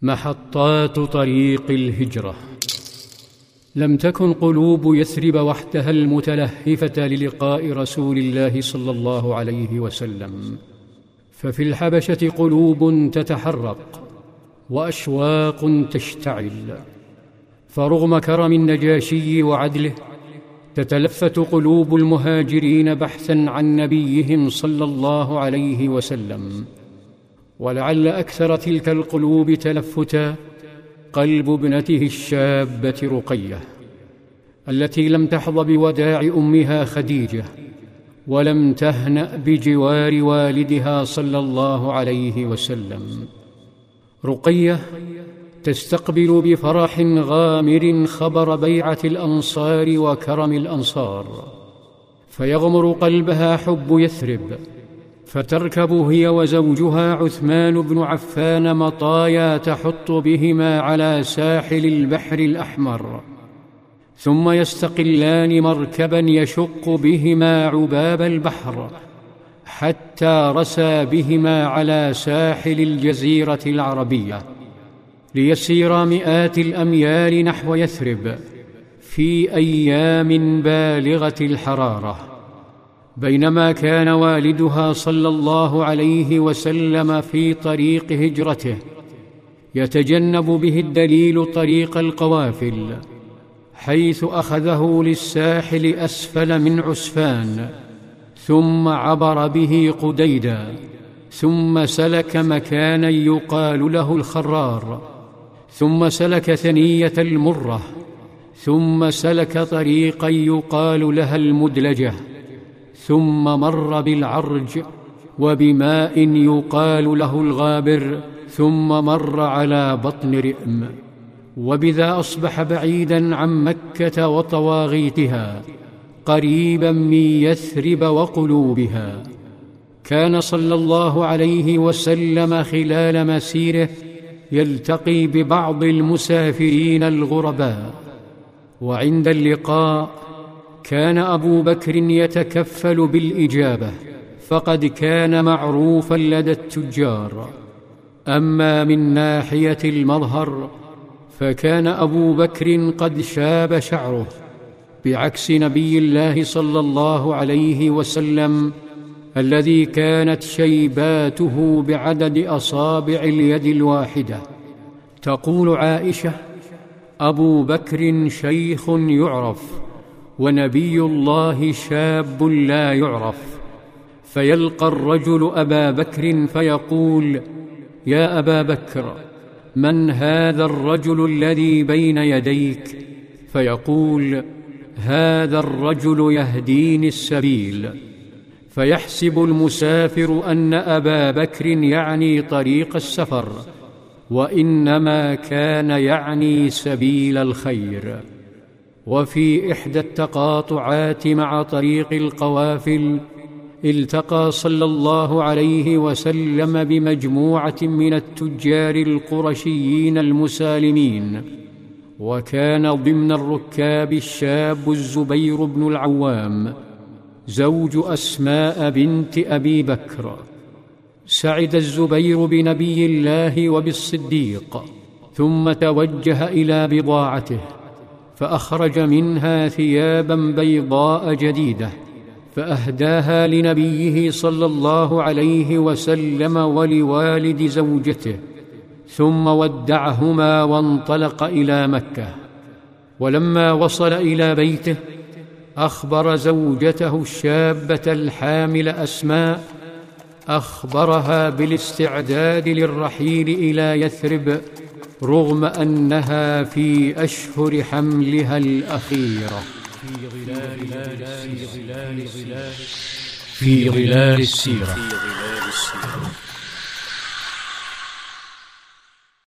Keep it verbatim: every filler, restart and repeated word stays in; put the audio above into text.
محطات طريق الهجرة. لم تكن قلوب يثرب وحدها المتلهفة للقاء رسول الله صلى الله عليه وسلم، ففي الحبشة قلوب تتحرق وأشواق تشتعل. فرغم كرم النجاشي وعدله تتلفت قلوب المهاجرين بحثا عن نبيهم صلى الله عليه وسلم. ولعل أكثر تلك القلوب تلفتا قلب ابنته الشابة رقية، التي لم تحظ بوداع أمها خديجة ولم تهنأ بجوار والدها صلى الله عليه وسلم. رقية تستقبل بفرح غامر خبر بيعة الأنصار وكرم الأنصار، فيغمر قلبها حب يثرب، فتركب هي وزوجها عثمان بن عفان مطايا تحط بهما على ساحل البحر الأحمر، ثم يستقلان مركبا يشق بهما عباب البحر حتى رسى بهما على ساحل الجزيرة العربية، ليسيرا مئات الأميال نحو يثرب في أيام بالغة الحرارة. بينما كان والدها صلى الله عليه وسلم في طريق هجرته يتجنب به الدليل طريق القوافل، حيث أخذه للساحل أسفل من عسفان، ثم عبر به قديدا، ثم سلك مكانا يقال له الخرار، ثم سلك ثنية المرة، ثم سلك طريقا يقال لها المدلجة، ثم مر بالعرج وبماء يقال له الغابر، ثم مر على بطن رئم، وبذا أصبح بعيدا عن مكة وطواغيتها، قريبا من يثرب وقلوبها. كان صلى الله عليه وسلم خلال مسيره يلتقي ببعض المسافرين الغرباء، وعند اللقاء كان أبو بكر يتكفل بالإجابة، فقد كان معروفا لدى التجار. أما من ناحية المظهر فكان أبو بكر قد شاب شعره، بعكس نبي الله صلى الله عليه وسلم الذي كانت شيباته بعدد أصابع اليد الواحدة. تقول عائشة: أبو بكر شيخ يعرف، ونبي الله شاب لا يعرف. فيلقى الرجل أبا بكر فيقول: يا أبا بكر، من هذا الرجل الذي بين يديك؟ فيقول: هذا الرجل يهديني السبيل. فيحسب المسافر أن أبا بكر يعني طريق السفر، وإنما كان يعني سبيل الخير. وفي إحدى التقاطعات مع طريق القوافل التقى صلى الله عليه وسلم بمجموعة من التجار القرشيين المسالمين، وكان ضمن الركاب الشاب الزبير بن العوام زوج أسماء بنت أبي بكر. سعد الزبير بنبي الله وبالصديق، ثم توجه إلى بضاعته، فأخرج منها ثيابا بيضاء جديدة فأهداها لنبيه صلى الله عليه وسلم ولوالد زوجته، ثم ودعهما وانطلق إلى مكة. ولما وصل إلى بيته أخبر زوجته الشابة الحامل أسماء، أخبرها بالاستعداد للرحيل إلى يثرب رغم أنها في أشهر حملها الأخيرة. في ظلال السيرة.